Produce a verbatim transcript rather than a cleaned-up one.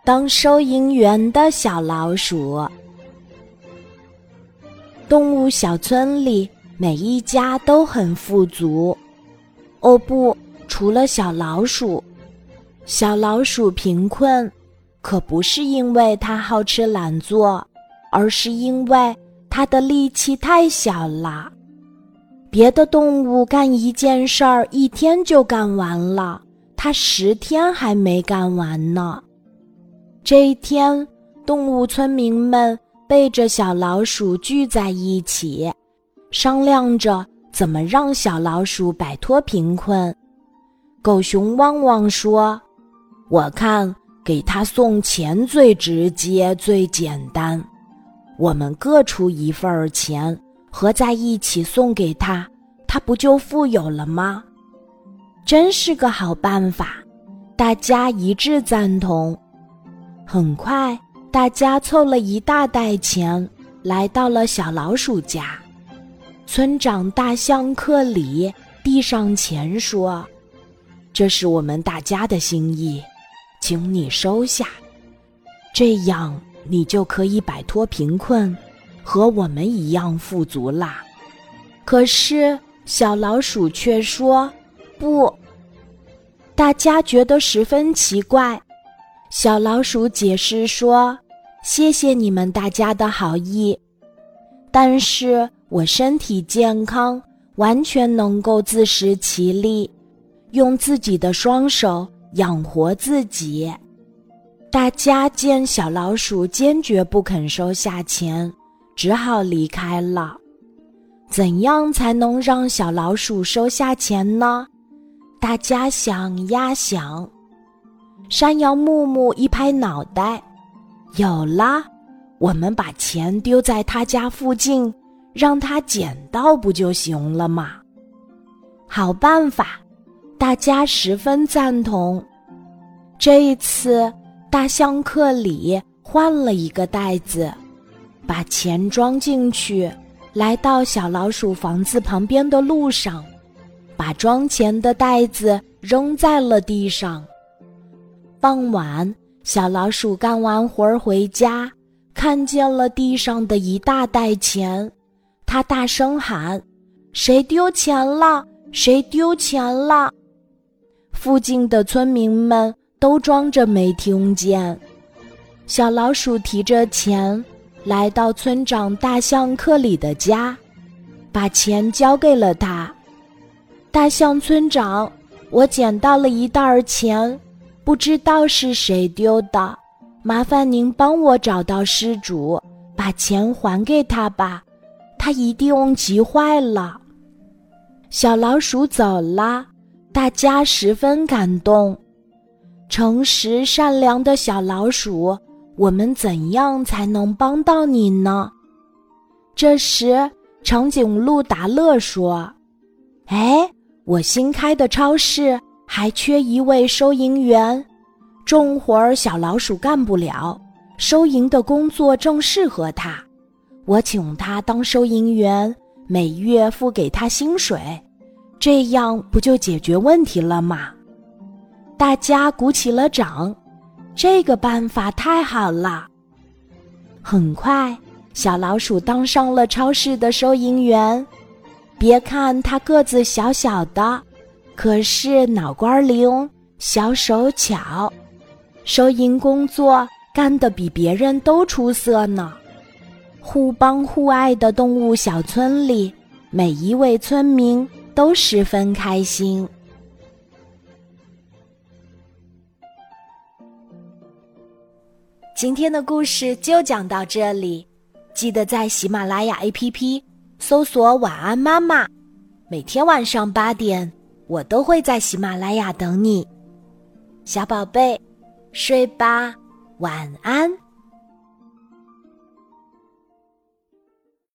当收银员的小老鼠。动物小村里每一家都很富足，哦不，除了小老鼠。小老鼠贫困，可不是因为它好吃懒做，而是因为它的力气太小了。别的动物干一件事儿一天就干完了，它十天还没干完呢。这一天，动物村民们背着小老鼠聚在一起，商量着怎么让小老鼠摆脱贫困。狗熊汪汪说：“我看给它送钱最直接最简单，我们各出一份钱，合在一起送给它，它不就富有了吗？”真是个好办法，大家一致赞同。很快，大家凑了一大袋钱，来到了小老鼠家。村长大象克里递上钱说：“这是我们大家的心意，请你收下，这样你就可以摆脱贫困，和我们一样富足啦。”可是小老鼠却说：“不。”大家觉得十分奇怪。小老鼠解释说：“谢谢你们大家的好意，但是我身体健康，完全能够自食其力，用自己的双手养活自己。”大家见小老鼠坚决不肯收下钱，只好离开了。怎样才能让小老鼠收下钱呢？大家想呀想。山羊木木一拍脑袋，有啦，我们把钱丢在他家附近，让他捡到不就行了吗？好办法，大家十分赞同。这一次，大象克里换了一个袋子，把钱装进去，来到小老鼠房子旁边的路上，把装钱的袋子扔在了地上。傍晚，小老鼠干完活儿回家，看见了地上的一大袋钱，它大声喊：“谁丢钱了？谁丢钱了？”附近的村民们都装着没听见。小老鼠提着钱来到村长大象克里的家，把钱交给了他。大象村长，我捡到了一袋钱，不知道是谁丢的，麻烦您帮我找到失主，把钱还给他吧，他一定急坏了。小老鼠走了，大家十分感动。诚实善良的小老鼠，我们怎样才能帮到你呢？这时，长颈鹿达乐说：“哎，我新开的超市还缺一位收银员，重活儿小老鼠干不了，收银的工作正适合他。我请他当收银员，每月付给他薪水，这样不就解决问题了吗？”大家鼓起了掌，这个办法太好了。很快，小老鼠当上了超市的收银员。别看他个子小小的，可是脑瓜灵，小手巧，收银工作干得比别人都出色呢。互帮互爱的动物小村里，每一位村民都十分开心。今天的故事就讲到这里，记得在喜马拉雅 A P P 搜索晚安妈妈，每天晚上八点，我都会在喜马拉雅等你。小宝贝，睡吧，晚安。